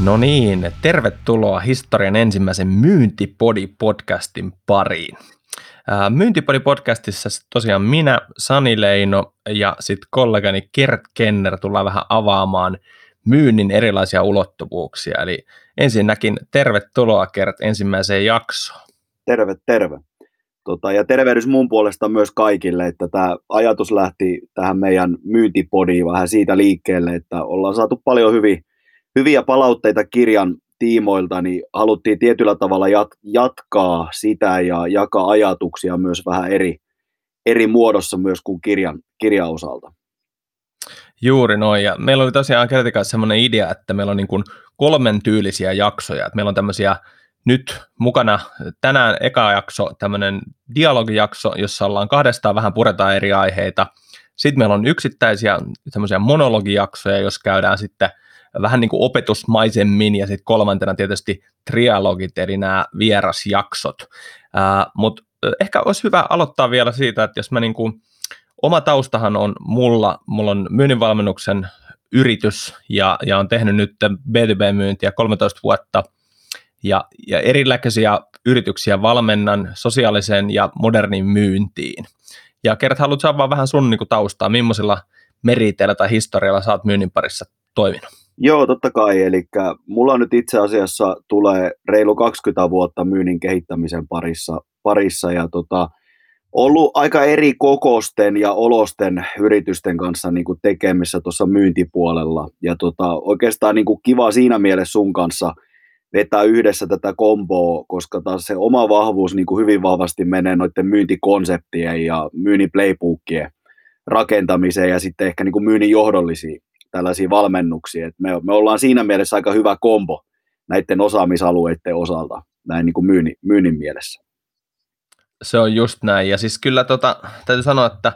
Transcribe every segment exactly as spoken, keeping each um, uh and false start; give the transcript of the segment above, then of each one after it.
No niin, tervetuloa historian ensimmäisen Myyntipodi-podcastin pariin. Myyntipodi-podcastissa tosiaan minä, Sani Leino ja sitten kollegani Kert Kenner tullaan vähän avaamaan myynnin erilaisia ulottuvuuksia. Eli ensinnäkin tervetuloa Kert ensimmäiseen jaksoon. Terve, terve. Tota, ja tervehdys mun puolesta myös kaikille, että tämä ajatus lähti tähän meidän myyntipodiin vähän siitä liikkeelle, että ollaan saatu paljon hyviä, hyviä palautteita kirjan tiimoilta, niin haluttiin tietyllä tavalla jat- jatkaa sitä ja jakaa ajatuksia myös vähän eri, eri muodossa myös kuin kirjan, kirjan osalta. Juuri noin, ja meillä oli tosiaan Kertin kanssa semmoinen idea, että meillä on niin kuin kolmen tyylisiä jaksoja, että meillä on tämmöisiä nyt mukana tänään eka jakso, tämmöinen dialogijakso, jossa ollaan kahdestaan vähän puretaan eri aiheita. Sitten meillä on yksittäisiä tämmöisiä monologijaksoja, jos käydään sitten vähän niin kuin opetusmaisemmin, ja sitten kolmantena tietysti trialogit, eli nämä vierasjaksot. Äh, Mutta ehkä olisi hyvä aloittaa vielä siitä, että jos mä niin kuin, oma taustahan on mulla, mulla on myynninvalmennuksen yritys, ja, ja on tehnyt nyt B two B-myyntiä kolmetoista vuotta, ja, ja erilaisia yrityksiä valmennan sosiaalisen ja modernin myyntiin. Ja Kert, haluatko saada vähän sun niin kuin taustaa, millaisilla meriteillä tai historialla sä oot myynnin parissa toiminut? Joo, totta kai. Eli mulla nyt itse asiassa tulee reilu kaksikymmentä vuotta myynnin kehittämisen parissa, parissa ja tota, ollut aika eri kokosten ja olosten yritysten kanssa niin kuin tekemissä tuossa myyntipuolella. Ja tota, oikeastaan niin kuin kiva siinä mielessä sun kanssa vetää yhdessä tätä komboa, koska taas se oma vahvuus niin kuin hyvin vahvasti menee noiden myyntikonseptien ja myynnin playbookien rakentamiseen ja sitten ehkä niin kuin myynnin johdollisiin tällaisia valmennuksia. Et me, me ollaan siinä mielessä aika hyvä kombo näiden osaamisalueiden osalta, näin niin kuin myynnin, myynnin mielessä. Se on just näin, ja siis kyllä tota, täytyy sanoa, että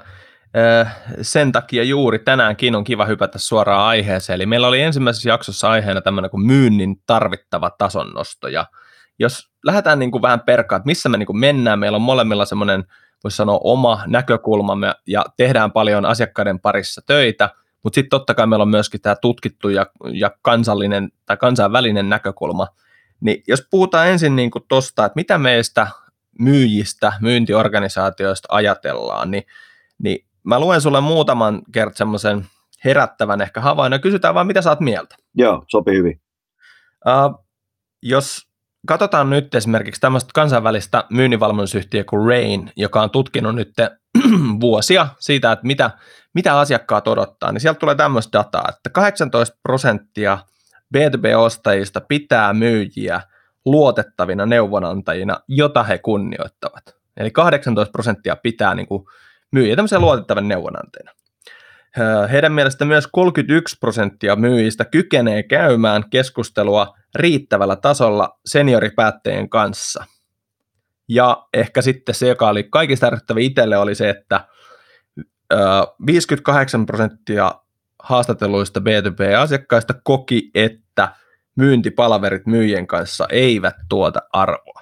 sen takia juuri tänäänkin on kiva hypätä suoraan aiheeseen, eli meillä oli ensimmäisessä jaksossa aiheena tämmöinen kuin myynnin tarvittava tasonnosto, ja jos lähdetään niin kuin vähän perkaan, että missä me niin kuin mennään, meillä on molemmilla semmoinen, voisi sanoa, oma näkökulmamme, ja tehdään paljon asiakkaiden parissa töitä, mutta sitten totta kai meillä on myöskin tämä tutkittu ja, ja kansallinen tai kansainvälinen näkökulma, niin jos puhutaan ensin niin kuin tosta, että mitä meistä myyjistä, myyntiorganisaatioista ajatellaan, niin, niin mä luen sulle muutaman kerran semmoisen herättävän ehkä havainnon, kysytään vaan, mitä sä oot mieltä. Joo, sopii hyvin. Uh, jos katsotaan nyt esimerkiksi tämmöistä kansainvälistä myynninvalmennusyhtiöä kuin Rain, joka on tutkinut nyt vuosia siitä, että mitä, mitä asiakkaat odottaa, niin sieltä tulee tämmöistä dataa, että kahdeksantoista prosenttia B two B-ostajista pitää myyjiä luotettavina neuvonantajina, jota he kunnioittavat. Eli kahdeksantoista prosenttia pitää niin kuin myyjiä tämmöisiä luotettavina neuvonantajina. Heidän mielestä myös kolmekymmentäyksi prosenttia myyjistä kykenee käymään keskustelua riittävällä tasolla senioripäättäjien kanssa. Ja ehkä sitten se, joka oli kaikista ärsyttävä itselle, oli se, että viisikymmentäkahdeksan prosenttia haastatelluista B two B-asiakkaista koki, että myyntipalaverit myyjien kanssa eivät tuota arvoa.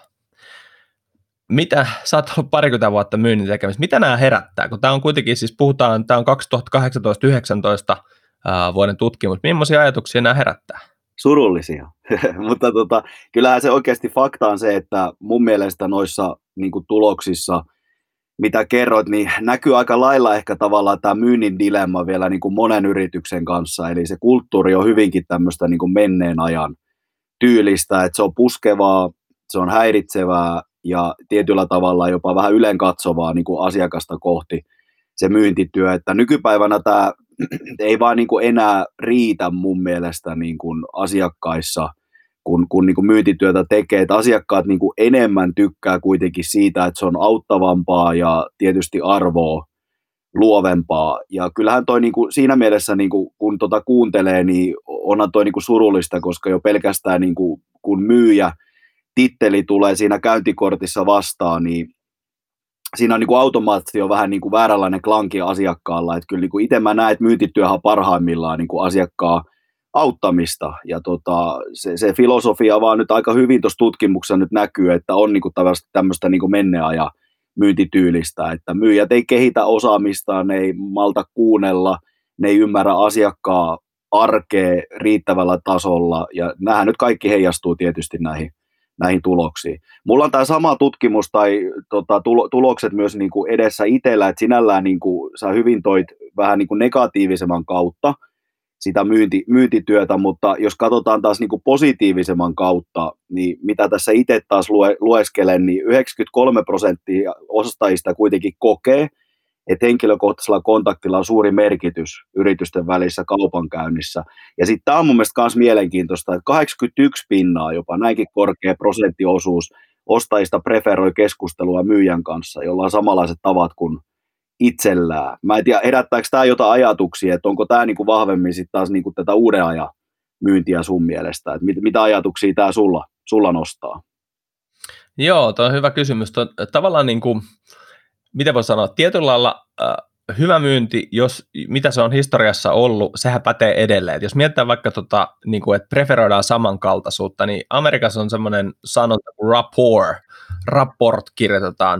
Mitä, sä oot ollut parikymmentä vuotta myynnin tekemistä, mitä nämä herättää? Kun tämä on kuitenkin, siis puhutaan, tämä on kaksituhattakahdeksantoista yhdeksäntoista ää, vuoden tutkimus, millaisia ajatuksia nämä herättää? Surullisia, mutta tota, kyllähän se oikeasti fakta on se, että mun mielestä noissa niin kuin tuloksissa, mitä kerroit, niin näkyy aika lailla ehkä tavallaan tämä myynnin dilemma vielä niin kuin monen yrityksen kanssa, eli se kulttuuri on hyvinkin tämmöistä niin kuin menneen ajan tyylistä, että se on puskevaa, se on häiritsevää ja tietyllä tavalla jopa vähän ylenkatsovaa niin kuin asiakasta kohti se myyntityö, että nykypäivänä tämä ei vaan niin kuin enää riitä mun mielestä niin kuin asiakkaissa, kun, kun niin kuin myyntityötä tekee, että asiakkaat niin kuin enemmän tykkää kuitenkin siitä, että se on auttavampaa ja tietysti arvoa luovempaa. Ja kyllähän toi niin kuin siinä mielessä, niin kuin, kun tota kuuntelee, niin onhan toi niin kuin surullista, koska jo pelkästään niin kuin, kun myyjä titteli tulee siinä käyntikortissa vastaan, niin siinä on niin kuin automaattisesti jo vähän niin kuin vääränlainen klanki asiakkaalla, että kyllä niin kuin itse mä näen, että myyntityöhän parhaimmillaan niin kuin asiakkaan auttamista, ja tota, se, se filosofia vaan nyt aika hyvin tuossa tutkimuksessa nyt näkyy, että on niin kuin tämmöistä niin kuin menneen ajan myyntityylistä, että myyjät ei kehitä osaamistaan, ne ei malta kuunnella, ne ei ymmärrä asiakkaan arkea riittävällä tasolla, ja nämä nyt kaikki heijastuu tietysti näihin, näihin tuloksiin. Mulla on tämä sama tutkimus tai tota, tulo, tulokset myös niin kuin edessä itsellä, että sinällään niin kuin, sä hyvin toit vähän niin kuin negatiivisemman kautta sitä myynti, myyntityötä, mutta jos katsotaan taas niin kuin positiivisemman kautta, niin mitä tässä itse taas lue, lueskelen, niin yhdeksänkymmentäkolme prosenttia ostajista kuitenkin kokee, että henkilökohtaisella kontaktilla on suuri merkitys yritysten välissä kaupankäynnissä. Ja sitten tämä on mun mielestä myös mielenkiintoista, että kahdeksankymmentäyksi pinnaa jopa, näinkin korkea prosenttiosuus ostajista preferoi keskustelua myyjän kanssa, jolla on samanlaiset tavat kuin itsellään. Mä en tiedä, herättääkö tämä jotain ajatuksia, että onko tämä niinku vahvemmin sitten taas niinku tätä uuden ajan myyntiä sun mielestä, että mit, mitä ajatuksia tämä sulla, sulla nostaa? Joo, tuo on hyvä kysymys. Tuo, tavallaan niin kuin, miten voi sanoa, tietyllä lailla äh, hyvä myynti, jos, mitä se on historiassa ollut, sehän pätee edelleen. Et jos mietitään vaikka, tota, niin kuin, että preferoidaan samankaltaisuutta, niin Amerikassa on semmoinen sanonta kuin rapport, rapport kirjoitetaan,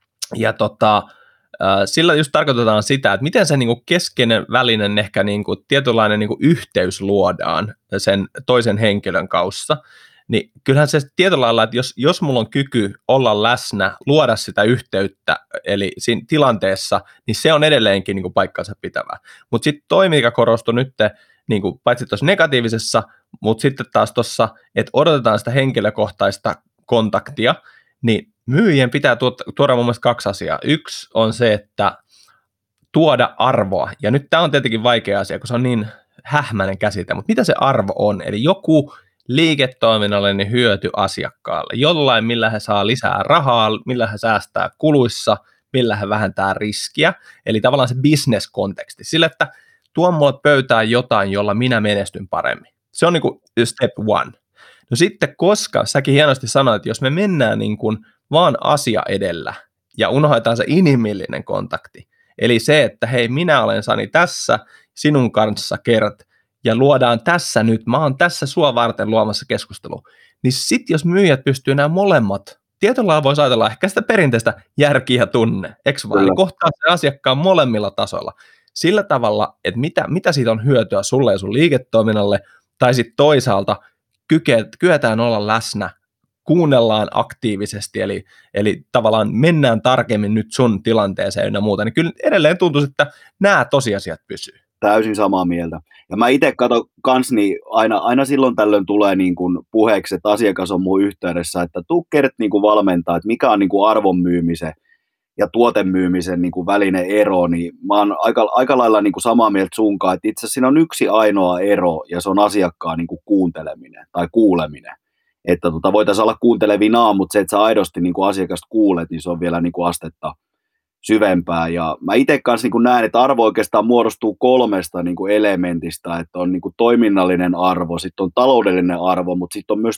ja tota, sillä just tarkoitetaan sitä, että miten se niinku keskeinen välinen ehkä niinku tietynlainen niinku yhteys luodaan sen toisen henkilön kanssa, niin kyllähän se tietyllä lailla, että jos, jos mulla on kyky olla läsnä, luoda sitä yhteyttä, eli siinä tilanteessa, niin se on edelleenkin niinku paikkansa pitävää. Mutta sitten toi, mikä korostui nyt, niinku, paitsi tuossa negatiivisessa, mutta sitten taas tuossa, että odotetaan sitä henkilökohtaista kontaktia, niin myyjien pitää tuoda mun mielestä kaksi asiaa. Yksi on se, että tuoda arvoa, ja nyt tämä on tietenkin vaikea asia, kun se on niin hähmäinen käsite, mutta mitä se arvo on? Eli joku liiketoiminnallinen hyöty asiakkaalle, jollain millä he saa lisää rahaa, millä he säästää kuluissa, millä he vähentää riskiä, eli tavallaan se business-konteksti, sillä että tuo mulle pöytään jotain, jolla minä menestyn paremmin. Se on niin kuin step one. No sitten, koska säkin hienosti sanoit, että jos me mennään niin kuin vaan asia edellä ja unohdetaan se inhimillinen kontakti, eli se, että hei, minä olen Sani tässä sinun kanssa Kert ja luodaan tässä nyt, mä oon tässä sua varten luomassa keskustelua, niin sitten jos myyjät pystyy nämä molemmat, tietyllä lailla voisi ajatella ehkä sitä perinteistä järki ja tunne, eikö vaan, eli kohtaa se asiakkaan molemmilla tasoilla, sillä tavalla, että mitä, mitä siitä on hyötyä sulle ja sun liiketoiminnalle, tai sitten toisaalta kyetään olla läsnä, kuunnellaan aktiivisesti, eli, eli tavallaan mennään tarkemmin nyt sun tilanteeseen ynnä muuta, niin kyllä edelleen tuntuu, että nämä tosiasiat pysyy. Täysin samaa mieltä. Ja mä itse katson kans, niin aina, aina silloin tällöin tulee niin kuin puheeksi, että asiakas on mun yhteydessä, että tuu Kert niin kuin valmentaa, että mikä on niin kuin arvon myymisen ja tuotemyymisen niin kuin välinen ero, niin mä oon aika, aika lailla niin kuin samaa mieltä sunkaan, että itse asiassa siinä on yksi ainoa ero, ja se on asiakkaan niin kuin kuunteleminen tai kuuleminen. Että tota, voitaisiin olla kuuntelevinaan, mutta se, että sä aidosti niin kuin asiakasta kuulet, niin se on vielä niin kuin astetta syvempää. Ja mä itse kanssa niin kuin näen, että arvo oikeastaan muodostuu kolmesta niin kuin elementistä, että on niin kuin toiminnallinen arvo, sitten on taloudellinen arvo, mutta sitten on myös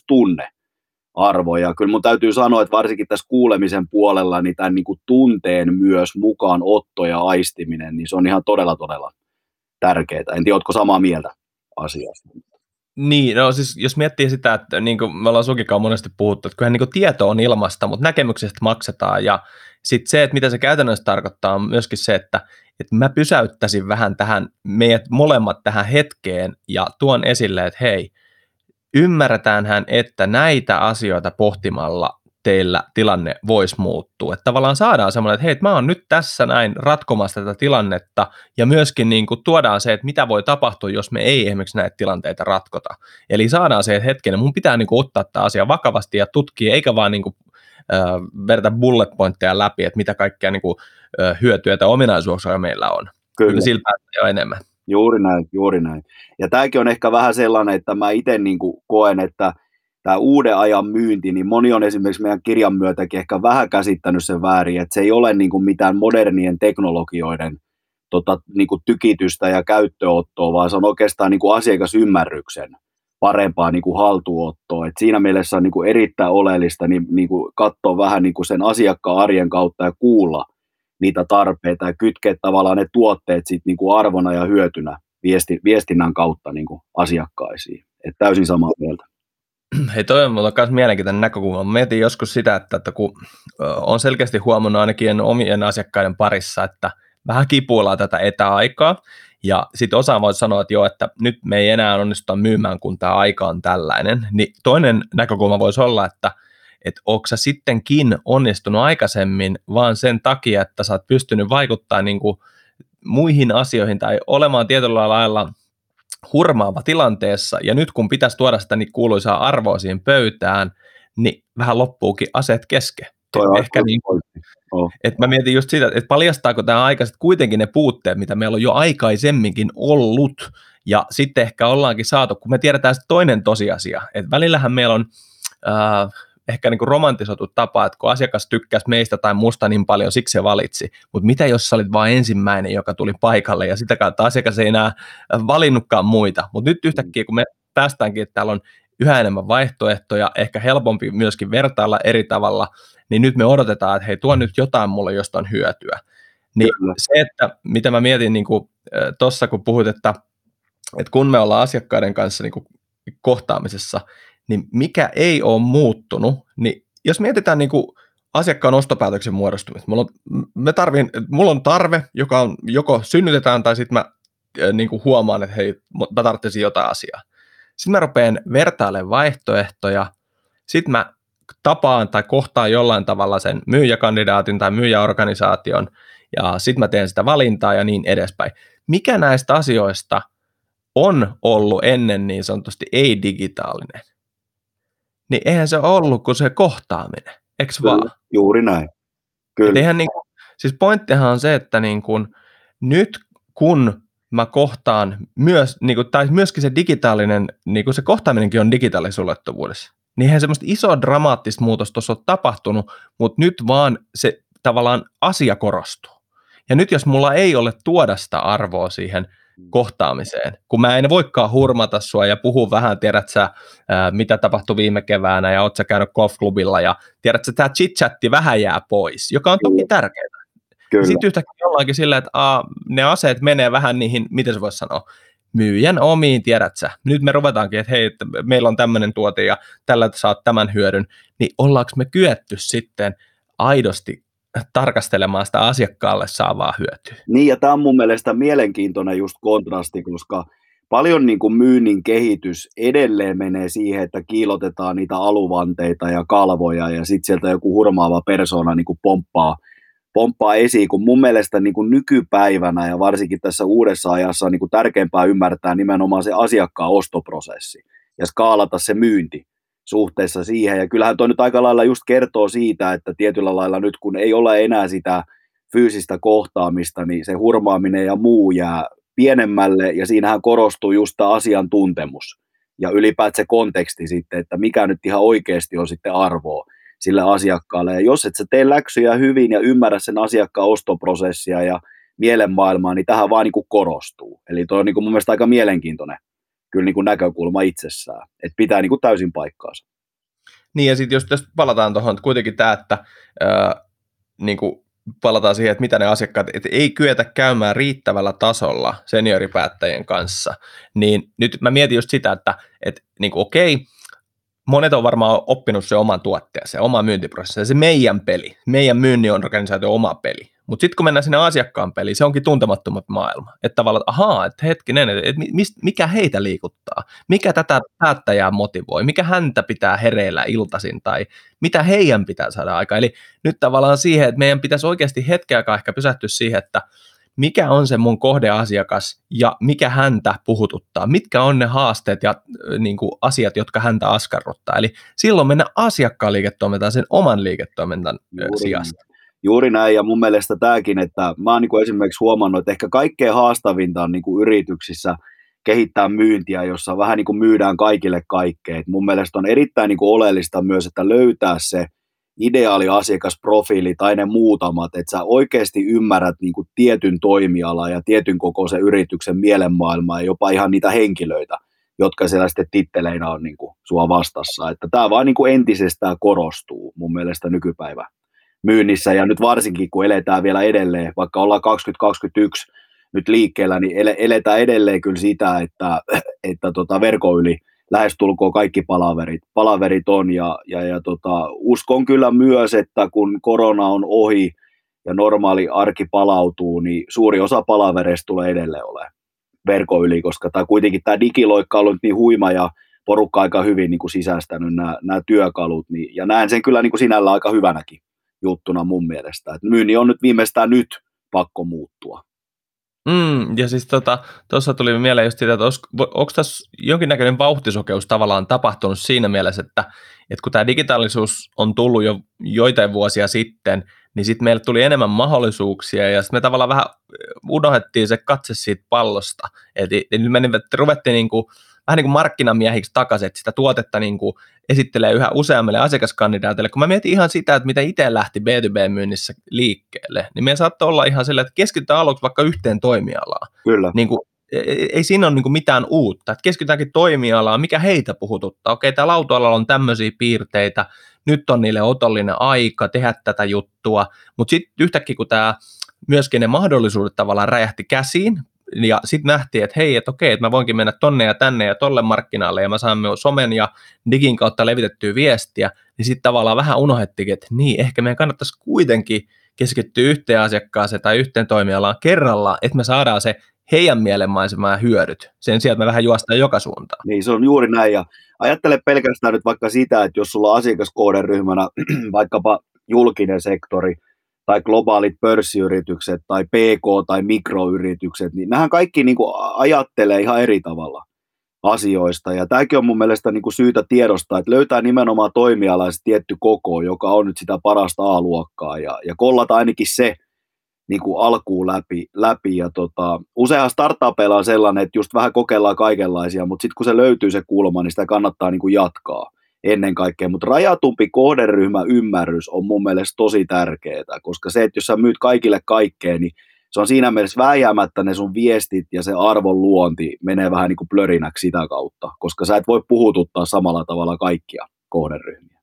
tunnearvo. Ja kyllä mun täytyy sanoa, että varsinkin tässä kuulemisen puolella, niin tämän niin kuin tunteen myös mukaan otto ja aistiminen, niin se on ihan todella, todella tärkeää. En tiedä, ootko samaa mieltä asiasta? Niin, no siis jos miettii sitä, että niin kuin me ollaan sunkinkaan monesti puhuttu, että kyllähän niin kuin tieto on ilmasta, mutta näkemyksestä maksetaan, ja sitten se, että mitä se käytännössä tarkoittaa, on myöskin se, että, että mä pysäyttäisin vähän tähän, meidät molemmat tähän hetkeen, ja tuon esille, että hei, ymmärretäänhän, että näitä asioita pohtimalla teillä tilanne voisi muuttua. Että tavallaan saadaan semmoinen, että hei, mä oon nyt tässä näin ratkomassa tätä tilannetta, ja myöskin niin kuin tuodaan se, että mitä voi tapahtua, jos me ei esimerkiksi näitä tilanteita ratkota. Eli saadaan se, että hetken, mun pitää niin kuin ottaa tämä asia vakavasti ja tutkia, eikä vaan niin kuin, äh, verta bullet pointteja läpi, että mitä kaikkea niin kuin, äh, hyötyä tai ominaisuuksia meillä on. Kyllä. Kyllä sillä päättää jo enemmän. Juuri näin, juuri näin. Ja tämäkin on ehkä vähän sellainen, että mä itse niin kuin koen, että tämä uuden ajan myynti, niin moni on esimerkiksi meidän kirjan myötäkin ehkä vähän käsittänyt sen väärin, että se ei ole niin kuin mitään modernien teknologioiden tota, niin kuin tykitystä ja käyttöottoa, vaan se on oikeastaan niin kuin asiakasymmärryksen parempaa niin kuin haltuunottoa. Et siinä mielessä on niin kuin erittäin oleellista niin, niin kuin katsoa vähän niin kuin sen asiakkaan arjen kautta ja kuulla niitä tarpeita ja kytkeä tavallaan ne tuotteet sit niin kuin arvona ja hyötynä viesti, viestinnän kautta niin kuin asiakkaisiin. Et täysin samaa mieltä. Hei, toi on mulla myös mielenkiintoinen näkökulma. Mä mietin joskus sitä, että, että kun on selkeästi huomannut ainakin omien asiakkaiden parissa, että vähän kipuillaan tätä etäaikaa, ja sitten osa voi sanoa, että joo, että nyt me ei enää onnistuta myymään, kun tämä aika on tällainen, niin toinen näkökulma voisi olla, että että onko sä sittenkin onnistunut aikaisemmin vaan sen takia, että sä oot pystynyt vaikuttaa niin kuin muihin asioihin tai olemaan tietyllä lailla hurmaava tilanteessa, ja nyt kun pitäisi tuoda sitä niin kuuluisaa arvoa siihen pöytään, niin vähän loppuukin aseet kesken. Ehkä niin, oh. että mä mietin just sitä, että paljastaako tämä aika kuitenkin ne puutteet, mitä meillä on jo aikaisemminkin ollut, ja sitten ehkä ollaankin saatu, kun me tiedetään toinen tosiasia, että välillähän meillä on äh, ehkä niin kuin romantisoitu tapa, että kun asiakas tykkäsi meistä tai musta niin paljon, siksi se valitsi, mutta mitä jos sä olit vain ensimmäinen, joka tuli paikalle, ja sitä kautta asiakas ei enää valinnutkaan muita, mutta nyt yhtäkkiä, kun me päästäänkin, että täällä on yhä enemmän vaihtoehtoja, ehkä helpompi myöskin vertailla eri tavalla, niin nyt me odotetaan, että hei, tuo nyt jotain mulle, josta on hyötyä. Niin Kyllä. se, että mitä mä mietin niin kuin tuossa, kun puhuit, että, että kun me ollaan asiakkaiden kanssa niin kuin kohtaamisessa, niin mikä ei ole muuttunut, niin jos mietitään niin kuin asiakkaan ostopäätöksen muodostumista, mulla on, me tarvin, mulla on tarve, joka on, joko synnytetään tai sitten mä niin kuin huomaan, että hei, mä tarvitsin jotain asiaa. Sitten mä rupean vertailemaan vaihtoehtoja, sitten mä tapaan tai kohtaan jollain tavalla sen myyjäkandidaatin tai myyjäorganisaation, ja sitten mä teen sitä valintaa ja niin edespäin. Mikä näistä asioista on ollut ennen niin sanotusti ei-digitaalinen? Niin eihän se ollut kuin se kohtaaminen, eikö vaan? Juuri näin. Kyllä. Niin, siis pointtihan on se, että niin kun, nyt kun mä kohtaan myös, niin kun, tai myöskin se digitaalinen, niin kun se kohtaaminenkin on digitaalisessa ulottuvuudessa, niin eihän semmoista isoa dramaattista muutosta tuossa ole tapahtunut, mutta nyt vaan se tavallaan asia korostuu. Ja nyt jos mulla ei ole tuoda sitä arvoa siihen kohtaamiseen, kun mä en voikaan hurmata sua ja puhua vähän, tiedät sä, ää, mitä tapahtui viime keväänä ja oot sä käynyt golfklubilla ja tiedät sä, tämä chit-chatti vähän jää pois, joka on toki tärkeää. Sitten yhtäkkiä ollaankin sillä, että aa, ne aseet menee vähän niihin, miten se voisi sanoa, myyjän omiin, tiedät sä. Nyt me ruvetaankin, että hei, että meillä on tämmöinen tuote ja tällä saat tämän hyödyn, niin ollaanko me kyetty sitten aidosti tarkastelemaan sitä asiakkaalle saavaa hyötyä. Niin, ja tämä on mun mielestä mielenkiintoinen just kontrasti, koska paljon niin kuin myynnin kehitys edelleen menee siihen, että kiilotetaan niitä aluvanteita ja kalvoja, ja sitten sieltä joku hurmaava persoona niin kuin pomppaa, pomppaa esiin, kun mun mielestä niin kuin nykypäivänä ja varsinkin tässä uudessa ajassa on niin kuin tärkeämpää ymmärtää nimenomaan se asiakkaan ostoprosessi ja skaalata se myynti suhteessa siihen, ja kyllähän toi nyt aika lailla just kertoo siitä, että tietyllä lailla nyt kun ei ole enää sitä fyysistä kohtaamista, niin se hurmaaminen ja muu jää pienemmälle, ja siinähän korostuu just tämä asiantuntemus ja ylipäätään se konteksti sitten, että mikä nyt ihan oikeasti on sitten arvoa sille asiakkaalle, ja jos et sä tee läksyjä hyvin ja ymmärrä sen asiakkaan ostoprosessia ja mielenmaailmaa, niin tähän vaan niin kuin korostuu, eli toi on niin kuin mun mielestä aika mielenkiintoinen kyllä niin kuin näkökulma itsessään, että pitää niin kuin täysin paikkaansa. Niin, ja sitten jos tästä palataan tuohon, kuitenkin tämä, että ää, niin kuin palataan siihen, että mitä ne asiakkaat, että ei kyetä käymään riittävällä tasolla senioripäättäjien kanssa, niin nyt mä mietin just sitä, että, että niin kuin okei, monet on varmaan oppinut se oman tuotteen, se oma myyntiprosessi, se meidän peli, meidän myynnin organisaation oma peli. Mutta sitten kun mennään sinne asiakkaan peliin, se onkin tuntemattomat maailma. Että tavallaan, että ahaa, että hetkinen, että mikä heitä liikuttaa, mikä tätä päättäjää motivoi, mikä häntä pitää hereillä iltaisin tai mitä heidän pitää saada aikaan. Eli nyt tavallaan siihen, että meidän pitäisi oikeasti hetken aikaa ehkä pysähtyä siihen, että mikä on se mun kohdeasiakas ja mikä häntä puhututtaa, mitkä on ne haasteet ja niin kuin, asiat, jotka häntä askarruttaa. Eli silloin mennään asiakkaan liiketoimintaan sen oman liiketoiminnan Juuri sijasta. Näin. Juuri näin, ja mun mielestä tämäkin, että mä oon niin kuin esimerkiksi huomannut, että ehkä kaikkein haastavinta on niin kuin yrityksissä kehittää myyntiä, jossa vähän niin kuin myydään kaikille kaikkea. Et mun mielestä on erittäin niin kuin oleellista myös, että löytää se ideaali asiakasprofiili tai ne muutamat, että sä oikeasti ymmärrät niin kuin tietyn toimialan ja tietyn kokoisen yrityksen mielenmaailmaa ja jopa ihan niitä henkilöitä, jotka siellä sitten titteleinä on niin kuin sua vastassa. Että tämä vaan niin kuin entisestään korostuu mun mielestä nykypäivä myynnissä, ja nyt varsinkin kun eletään vielä edelleen, vaikka ollaan kaksituhattakaksikymmentäyksi nyt liikkeellä, niin eletään edelleen kyllä sitä, että, että tota verkon yli lähestulkoon kaikki palaverit, palaverit on, ja, ja, ja tota, uskon kyllä myös, että kun korona on ohi ja normaali arki palautuu, niin suuri osa palavereista tulee edelleen olemaan verkon yli, koska tämä kuitenkin tämä digiloikka on ollut niin huima ja porukka aika hyvin niin kuin sisäistänyt nämä, nämä työkalut, niin, ja näen sen kyllä niin kuin sinällä aika hyvänäkin juttuna mun mielestä, että myynnin on nyt viimeistään nyt pakko muuttua. Mm, ja siis tuossa tota, tuli mieleen just siitä, että onko tässä jonkinnäköinen vauhtisokeus tavallaan tapahtunut siinä mielessä, että, että kun tämä digitaalisuus on tullut jo joitain vuosia sitten, niin sitten meille tuli enemmän mahdollisuuksia ja sitten me tavallaan vähän unohdettiin se katse siitä pallosta. Eli, eli me ruvettiin niin kuin, vähän niin kuin markkinamiehiksi takaisin, että sitä tuotetta niin kuin esittelee yhä useammille asiakaskandidaateille. Kun mä mietin ihan sitä, että miten itse lähti B two B-myynnissä liikkeelle, niin meidän saattoi olla ihan sillä, että keskitytään aluksi vaikka yhteen toimialaan. Kyllä. Niin kuin, ei, ei siinä ole niin kuin mitään uutta, että keskitytäänkin toimialaan, mikä heitä puhututtaa. Okei, täällä autoalalla on tämmöisiä piirteitä, nyt on niille otollinen aika tehdä tätä juttua, mutta sitten yhtäkkiä kun tämä myöskin ne mahdollisuudet tavallaan räjähti käsiin, ja sitten nähtiin, että hei, että okei, että mä voinkin mennä tonne ja tänne ja tolle markkinalle, ja mä saan somen ja digin kautta levitettyä viestiä, niin sitten tavallaan vähän unohdettiin, että niin, ehkä meidän kannattaisi kuitenkin keskittyä yhteen asiakkaaseen tai yhteen toimialaan kerralla, että me saadaan se heidän mielenmaisemaan hyödyt, sen sijaan, että me vähän juostaan joka suuntaan. Niin, se on juuri näin, ja ajattele pelkästään nyt vaikka sitä, että jos sulla on asiakaskohderyhmänä vaikkapa julkinen sektori, tai globaalit pörssiyritykset, tai P K- tai mikroyritykset, niin nämähän kaikki niin kuin ajattelee ihan eri tavalla asioista, ja tämäkin on mun mielestä niin kuin syytä tiedostaa, että löytää nimenomaan toimialaiset tietty koko, joka on nyt sitä parasta A-luokkaa, ja, ja kollata ainakin se niin kuin alkuun läpi, läpi. Ja tota, useinhan startupeilla on sellainen, että just vähän kokeillaan kaikenlaisia, mutta sitten kun se löytyy se kulma, niin sitä kannattaa niin kuin jatkaa ennen kaikkea, mutta rajatumpi kohderyhmä ymmärrys on mun mielestä tosi tärkeää, koska se, että jos sä myyt kaikille kaikkeen, niin se on siinä mielessä vääjäämättä ne sun viestit ja se arvon luonti menee vähän niin kuin plörinäksi sitä kautta, koska sä et voi puhututtaa samalla tavalla kaikkia kohderyhmiä.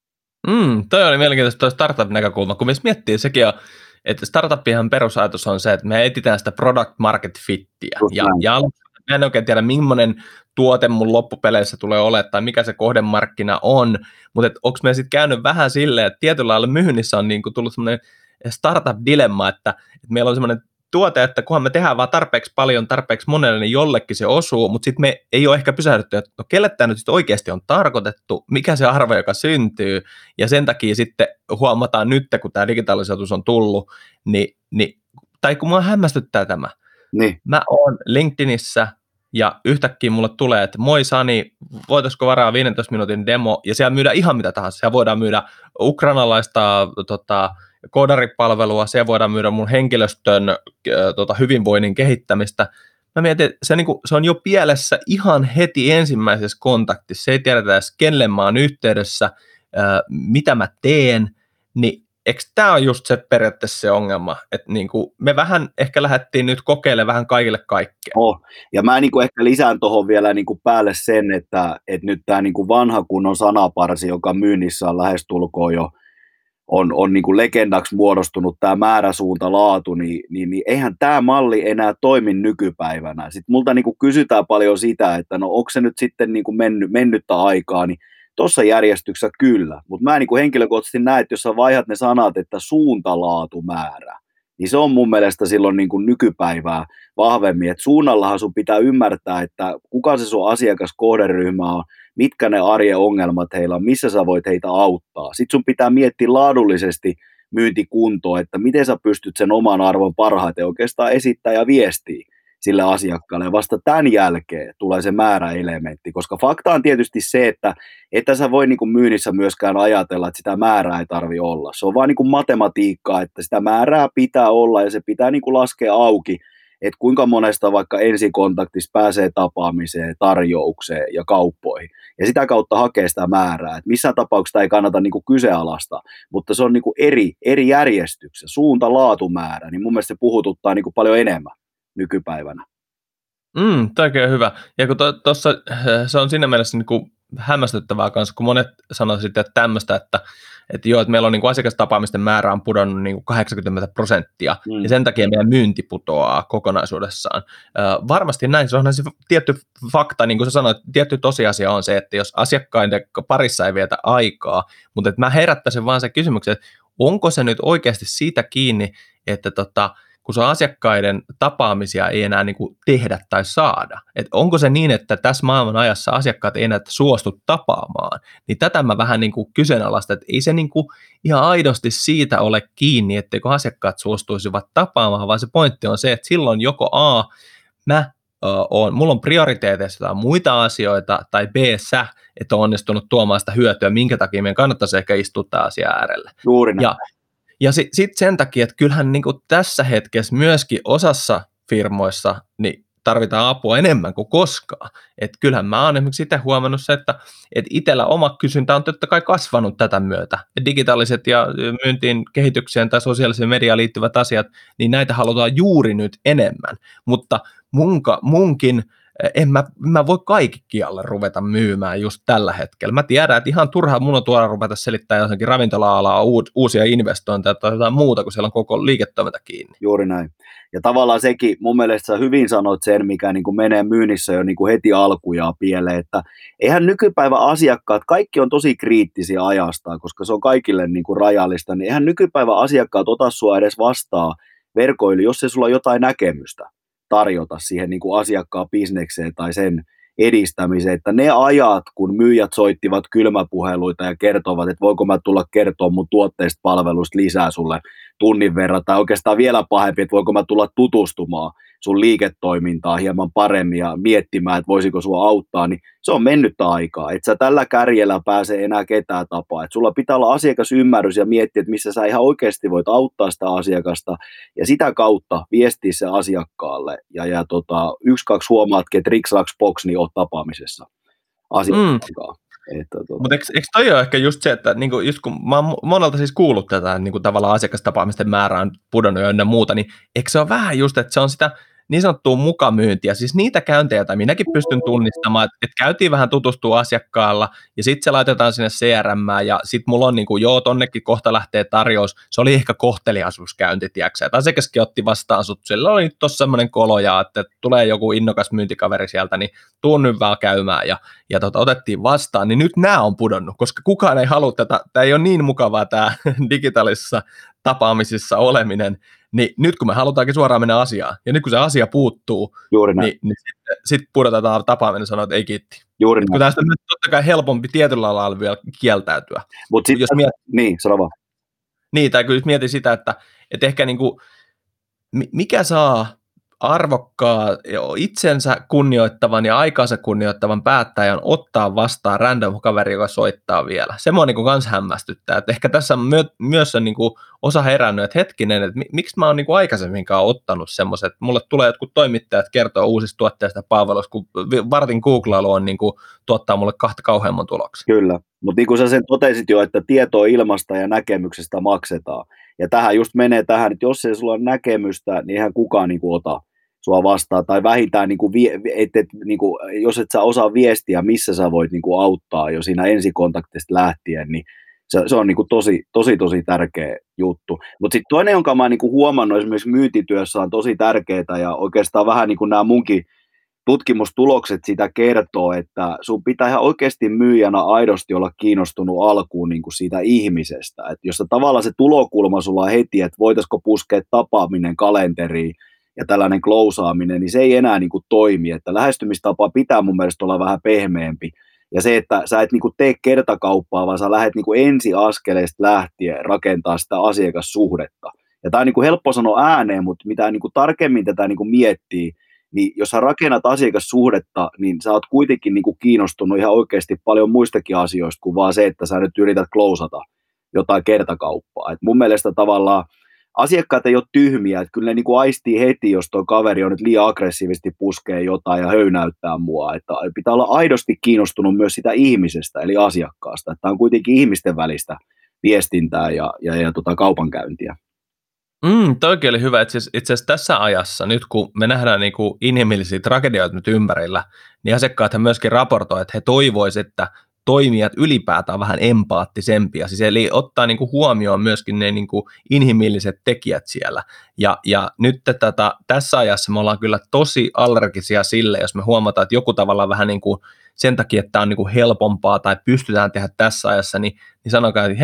Mm, toi oli mielenkiintoista toi startup-näkökulma, kun mies miettii sekin on, että startupihan perusajatus on se, että me etsitään sitä product market fittiä, ja, ja mä en oikein tiedä, millainen tuote mun loppupeleissä tulee olemaan, tai mikä se kohdemarkkina on, mutta onko me sitten käynyt vähän silleen, että tietyllä lailla myynnissä on niinku tullut semmoinen startup-dilemma, että, että meillä on semmoinen tuote, että kunhan me tehdään vaan tarpeeksi paljon, tarpeeksi monelle, niin jollekin se osuu, mutta sitten me ei ole ehkä pysähdytty, että no kelle tämä nyt sitten oikeasti on tarkoitettu, mikä se arvo, joka syntyy, ja sen takia sitten huomataan nyt, kun tämä digitaalisuus on tullut, niin, niin tai kun mua hämmästyttää tämä, niin. Mä oon LinkedInissä, ja yhtäkkiä mulle tulee, että moi Sani, voitaisiko varaa viidentoista minuutin demo, ja siellä myydään ihan mitä tahansa. Siellä voidaan myydä ukrainalaista tota, koodaripalvelua, siellä voidaan myydä mun henkilöstön äh, tota, hyvinvoinnin kehittämistä. Mä mietin, että se, niin kuin, se on jo pielessä ihan heti ensimmäisessä kontaktissa, se ei tiedetä edes kenelle mä oon yhteydessä, äh, mitä mä teen, niin eikö tämä on just se periaatteessa se ongelma, että niinku me vähän ehkä lähdettiin nyt kokeilemaan vähän kaikille kaikkea. Oh. Ja mä niinku ehkä lisään tuohon vielä niinku päälle sen, että et nyt tämä niinku vanha kunnon sanaparsi, joka myynnissä on lähestulkoon jo, on, on niinku legendaksi muodostunut tämä määräsuunta laatu, niin, niin, niin eihän tämä malli enää toimi nykypäivänä. Sitten multa niinku kysytään paljon sitä, että no onko se nyt sitten niinku mennyt, mennyttä aikaa, niin tuossa järjestyksessä kyllä, mutta mä niin henkilökohtaisesti näen, että jos sä vaihdat ne sanat, että suunta, laatu, määrä, niin se on mun mielestä silloin niin kuin nykypäivää vahvemmin, että suunnallahan sun pitää ymmärtää, että kuka se sun asiakaskohderyhmä on, mitkä ne arjen ongelmat heillä on, missä sä voit heitä auttaa. Sitten sun pitää miettiä laadullisesti myyntikuntoa, että miten sä pystyt sen oman arvon parhaiten oikeastaan esittää ja viestiä sille asiakkaalle. Ja vasta tämän jälkeen tulee se määräelementti, koska fakta on tietysti se, että että sä voi niin kuin myynnissä myöskään ajatella, että sitä määrää ei tarvitse olla. Se on vaan niin kuin matematiikkaa, että sitä määrää pitää olla ja se pitää niin kuin laskea auki, että kuinka monesta vaikka ensikontaktissa pääsee tapaamiseen, tarjoukseen ja kauppoihin. Ja sitä kautta hakee sitä määrää. Että missään tapauksessa ei kannata niin kuin kyseenalaistaa, mutta se on niin kuin eri, eri järjestyksessä. Suunta, laatu, määrä, niin mun mielestä se puhututtaa niin kuin paljon enemmän nykypäivänä. Mm, toikin on hyvä. Ja kun tuossa to, se on siinä mielessä niin kuin hämmästyttävää kanssa, kun monet sanoo sitten että tämmöistä, että, että joo, että meillä on niin kuin asiakastapaamisten määrä on pudonnut niin kuin kahdeksankymmentä prosenttia, mm. ja sen takia meidän myynti putoaa kokonaisuudessaan. Ö, varmasti näin, se onhan se tietty fakta, niin kuin sä sanoit, tietty tosiasia on se, että jos asiakkaiden parissa ei vietä aikaa, mutta että mä herättäisin vaan se kysymyksen, että onko se nyt oikeasti siitä kiinni, että tota, kun se asiakkaiden tapaamisia ei enää niin kuin tehdä tai saada. Et onko se niin, että tässä maailman ajassa asiakkaat ei enää suostu tapaamaan, niin tätä mä vähän niin kuin kyseenalaistan, että ei se niin kuin ihan aidosti siitä ole kiinni, etteikö asiakkaat suostuisivat tapaamaan, vaan se pointti on se, että silloin joko A, mä on, mulla on prioriteeteissa jotain muita asioita, tai B, sä, että on onnistunut tuomaan sitä hyötyä, minkä takia meidän kannattaisi ehkä istua tämä asia äärelle. Juuri näin. Ja, ja sitten sit sen takia, että kyllähän niin kuin tässä hetkessä myöskin osassa firmoissa niin tarvitaan apua enemmän kuin koskaan. Että kyllähän mä oon esimerkiksi itse huomannut se, että, että itsellä oma kysyntä on totta kai kasvanut tätä myötä. Digitaaliset ja myyntiin, kehitykseen tai sosiaaliseen mediaan liittyvät asiat, niin näitä halutaan juuri nyt enemmän. Mutta munka, munkin, en mä, mä voi kaikkialle ruveta myymään just tällä hetkellä. Mä tiedän, että ihan turhaa mun on tuoda ruveta selittää jossakin ravintola-alaa uusia investointeja tai jotain muuta, kun siellä on koko liiketoiminta kiinni. Juuri näin. Ja tavallaan sekin, mun mielestä sä hyvin sanoit sen, mikä niin kuin menee myynnissä jo niin kuin heti alkujaan pieleen, että eihän nykypäivän asiakkaat, kaikki on tosi kriittisiä ajastaan, koska se on kaikille niin kuin rajallista, niin eihän nykypäivän asiakkaat ota sua edes vastaan verkoille, jos ei sulla ole jotain näkemystä tarjota siihen niin kuin asiakkaan bisnekseen tai sen edistämiseen, että ne ajat, kun myyjät soittivat kylmäpuheluita ja kertovat, että voiko mä tulla kertoa mun tuotteista palveluista lisää sulle tunnin verran, tai oikeastaan vielä pahempi, että voiko mä tulla tutustumaan sun liiketoimintaa hieman paremmin ja miettimään, että voisiko sua auttaa, niin se on mennyttä aikaa, että sä tällä kärjellä pääse enää ketään tapaa, että sulla pitää olla asiakasymmärrys ja miettiä, että missä sä ihan oikeasti voit auttaa sitä asiakasta ja sitä kautta viestiä se asiakkaalle ja, ja tota, yksi, kaksi huomaatkin, että riks, raks, box, niin oot tapaamisessa asiakkaan kanssa. Tota. Mutta eikö, eikö toi ole ehkä just se, että niinku, just kun mä oon monelta siis kuullut tätä niinku tavallaan asiakastapaamisten määrä on pudonnut ja ynnä muuta, niin eikö se ole vähän just, että se on sitä niin sanottua mukamyyntiä, siis niitä käyntejä, tai minäkin pystyn tunnistamaan, että, että käytiin vähän tutustua asiakkaalla, ja sitten se laitetaan sinne C R M:ään, ja sitten mulla on niin kuin, joo, tonnekin kohta lähtee tarjous, se oli ehkä kohteliaisuuskäynti, tiiäksä, että asiakaskin otti vastaan sut, sillä oli nyt tossa semmoinen koloja, että tulee joku innokas myyntikaveri sieltä, niin tuun nyt vaan käymään, ja, ja tota, otettiin vastaan, niin nyt nämä on pudonnut, koska kukaan ei halua tätä, tämä ei ole niin mukavaa tämä digitaalisessa tapaamisissa oleminen, niin nyt kun me halutaankin suoraan mennä asiaan, ja nyt kun se asia puuttuu, niin, niin sitten sit pudotetaan tapaaminen ja sanoo, että ei kiitti. Juuri kun tästä on totta kai helpompi tietyllä lailla vielä kieltäytyä. Mut sit, jos miet... Niin, sano vaan. Niin, tai kyllä mietin sitä, että, että ehkä niin kuin, mikä saa arvokkaa, itsensä kunnioittavan ja aikaansa kunnioittavan päättäjän ottaa vastaan random kaveri, joka soittaa vielä. Se mua niin kans hämmästyttää, että ehkä tässä on myö, myös on niin kuin osa herännyt, että hetkinen, että miksi mä oon niin kuin aikaisemminkaan ottanut semmoiset, että mulle tulee jotkut toimittajat kertoo uusista tuotteista ja palveluista, kun vartin googlailu on niin kuin, tuottaa mulle kahta kauheamman tuloksia. Kyllä, mutta niin kuin sä sen totesit jo, että tietoa ilmasta ja näkemyksestä maksetaan. Ja tähän just menee tähän, että jos ei sulla ole näkemystä, niin eihän kukaan niin kuin ota sua vastaan, tai vähintään, niin kuin, et, et, niin kuin, jos et sä osaa viestiä, missä sä voit niin kuin, auttaa jo siinä ensikontaktista lähtien, niin se, se on niin kuin, tosi, tosi, tosi tärkeä juttu. Mutta sitten toinen, jonka mä oon niin kuin, huomannut esimerkiksi myyntityössä on tosi tärkeää, ja oikeastaan vähän niin kuin nämä munkin tutkimustulokset sitä kertoo, että sun pitää ihan oikeasti myyjänä aidosti olla kiinnostunut alkuun niin kuin siitä ihmisestä. Et jos tavallaan se tulokulma sulla on heti, että voitaisiko puskea tapaaminen kalenteriin, ja tällainen klousaaminen, niin se ei enää niin kuin toimi, että lähestymistapa pitää mun mielestä olla vähän pehmeämpi, ja se, että sä et niin kuin tee kertakauppaa, vaan sä lähdet niin kuin ensiaskeleista lähtien rakentaa sitä asiakassuhdetta, ja tää on niin kuin helppo sanoa ääneen, mutta mitä niin kuin tarkemmin tätä niin kuin miettii, niin jos sä rakennat asiakassuhdetta, niin sä oot kuitenkin niin kuin kiinnostunut ihan oikeasti paljon muistakin asioista, kuin vaan se, että sä nyt yrität klousata jotain kertakauppaa, et mun mielestä tavallaan asiakkaat ei ole tyhmiä, että kyllä ne niinku aistii heti, jos tuo kaveri on nyt liian aggressiivisesti puskee jotain ja höynäyttää mua. Että pitää olla aidosti kiinnostunut myös sitä ihmisestä, eli asiakkaasta. Tämä on kuitenkin ihmisten välistä viestintää ja, ja, ja tota kaupankäyntiä. Mm, toikin oli hyvä. Itse asiassa tässä ajassa, nyt kun me nähdään niinku inhimillisiä tragedioita nyt ympärillä, niin asiakkaathan myöskin raportoi, että he toivoisivat, että toimijat ylipäätään vähän empaattisempia, siis eli ottaa niin kuin huomioon myöskin ne niin kuin inhimilliset tekijät siellä, ja, ja nyt tätä, tässä ajassa me ollaan kyllä tosi allergisia sille, jos me huomataan, että joku tavalla vähän niin kuin sen takia, että tämä on niin kuin helpompaa tai pystytään tehdä tässä ajassa, niin, niin sanokaa, että hei,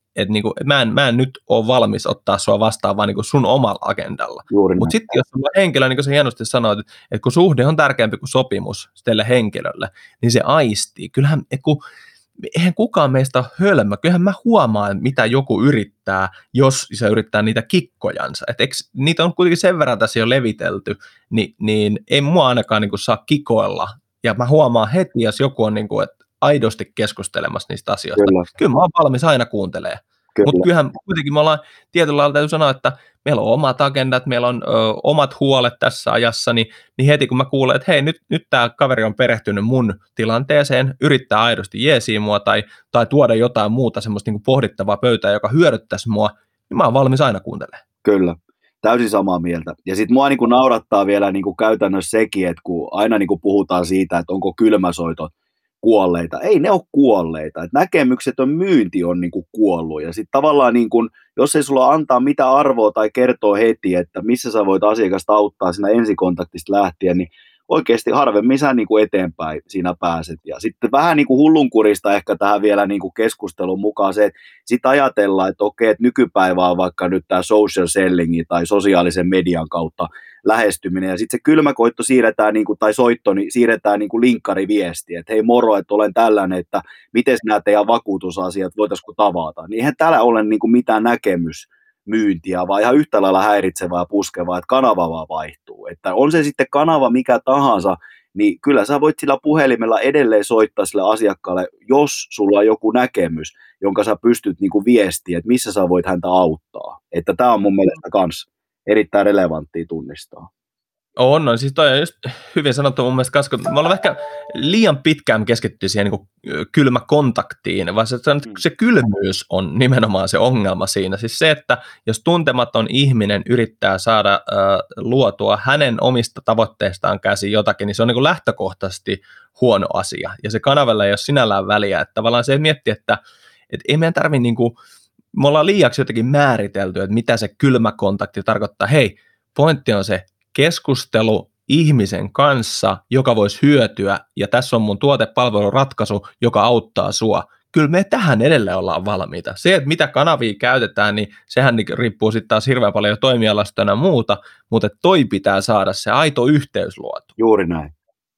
että niinku, et mä, en, mä en nyt ole valmis ottaa sua vastaan vaan niinku sun omalla agendalla. Mutta sitten jos sulla on henkilö, niin kuin sä hienosti sanoit, että et kun suhde on tärkeämpi kuin sopimus tälle henkilölle, niin se aistii. Kyllähän, et kun, eihän kukaan meistä ole hölmö. Kyllähän mä huomaan, mitä joku yrittää, jos se yrittää niitä kikkojansa. Et eikö, niitä on kuitenkin sen verran tässä jo levitelty, niin, niin ei mua ainakaan niin kuin saa kikoilla. Ja mä huomaan heti, jos joku on niin kuin, että aidosti keskustelemassa niistä asioista. Kyllä, Kyllä mä oon valmis aina kuuntelemaan. Mutta kyllähän kuitenkin me ollaan tietyllä lailla täytyy sanoa, että meillä on omat agendat, meillä on ö, omat huolet tässä ajassa, niin, niin heti kun mä kuulen, että hei, nyt, nyt tämä kaveri on perehtynyt mun tilanteeseen, yrittää aidosti jeesiä mua tai, tai tuoda jotain muuta semmoista niin kuin pohdittavaa pöytää, joka hyödyttäisi mua, niin mä oon valmis aina kuuntelemaan. Kyllä, täysin samaa mieltä. Ja sitten mua niin kuin naurattaa vielä niin kuin käytännössä sekin, että kun aina niin kuin puhutaan siitä, että onko kylmäsoitot kuolleita. Ei ne ole kuolleita. Et näkemyksetön myynti on niinku kuollut. Ja sitten tavallaan, niinku, jos ei sulla antaa mitä arvoa tai kertoo heti, että missä sä voit asiakasta auttaa siinä ensikontaktista lähtien, niin oikeasti harvemmin sä niinku eteenpäin siinä pääset. Ja sitten vähän niinku hullunkurista ehkä tähän vielä niinku keskustelun mukaan se, että sitten ajatellaan, että okei, että nykypäivä on vaikka nyt tämä social selling tai sosiaalisen median kautta lähestyminen, ja sitten se kylmäkoitto siirretään, niin kuin, tai soitto, niin siirretään niin kuin linkkariviesti, että hei moro, että olen tällainen, että miten nämä teidän vakuutusasiat, voitaisiko tavata, niin eihän täällä ole niin kuin mitään näkemysmyyntiä, vaan ihan yhtä lailla häiritsevää ja puskevaa, että kanava vaan vaihtuu, että on se sitten kanava mikä tahansa, niin kyllä sä voit sillä puhelimella edelleen soittaa sille asiakkaalle, jos sulla on joku näkemys, jonka sä pystyt niin kuin viestiä, että missä sä voit häntä auttaa, että tämä on mun mielestä kans erittäin relevanttia tunnistaa. On, on. Siis toi on just hyvin sanottu mun mielestä, koska me ollaan ehkä liian pitkään keskittyä siihen niin kuin kylmäkontaktiin, vaan se, se kylmyys on nimenomaan se ongelma siinä. Siis se, että jos tuntematon ihminen yrittää saada äh, luotua hänen omista tavoitteistaan käsin jotakin, niin se on niin kuin lähtökohtaisesti huono asia. Ja se kanavalla ei ole sinällään väliä. Että tavallaan se miettii, että, että ei meidän tarvitse niin kuin, me ollaan liiaksi jotenkin määritelty, että mitä se kylmäkontakti tarkoittaa. Hei, pointti on se keskustelu ihmisen kanssa, joka voisi hyötyä, ja tässä on mun tuotepalveluratkaisu, joka auttaa sua. Kyllä me tähän edelleen ollaan valmiita. Se, että mitä kanavia käytetään, niin sehän riippuu sitten taas hirveän paljon toimialasta ja muuta, mutta toi pitää saada se aito yhteys luotu. Juuri näin.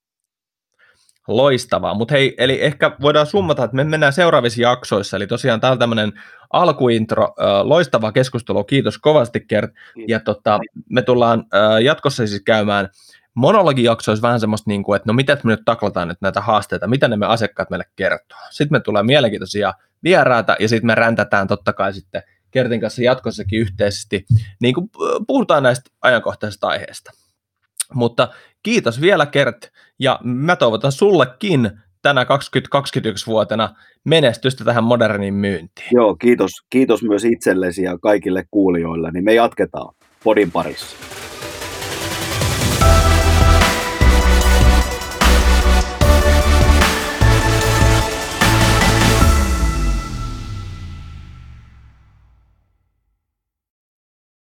Loistavaa, mutta hei, eli ehkä voidaan summata, että me mennään seuraavissa jaksoissa, eli tosiaan täällä tämmöinen alkuintro, äh, loistavaa keskustelua, kiitos kovasti Gert, ja tota, me tullaan äh, jatkossa siis käymään monologijaksoissa vähän semmoista, niin kuin, että no miten me nyt taklataan nyt näitä haasteita, mitä ne me asiakkaat meille kertoo. Sitten me tulee mielenkiintoisia vieraita, ja sitten me räntätään totta kai sitten Gertin kanssa jatkossakin yhteisesti, niin kuin puhutaan näistä ajankohtaisista aiheista. Mutta kiitos vielä Gert, ja mä toivotan sullekin tänä kaksituhattakaksikymmentäyksi-vuotena menestystä tähän moderniin myyntiin. Joo, kiitos, kiitos myös itsellesi ja kaikille kuulijoille, niin me jatketaan podin parissa.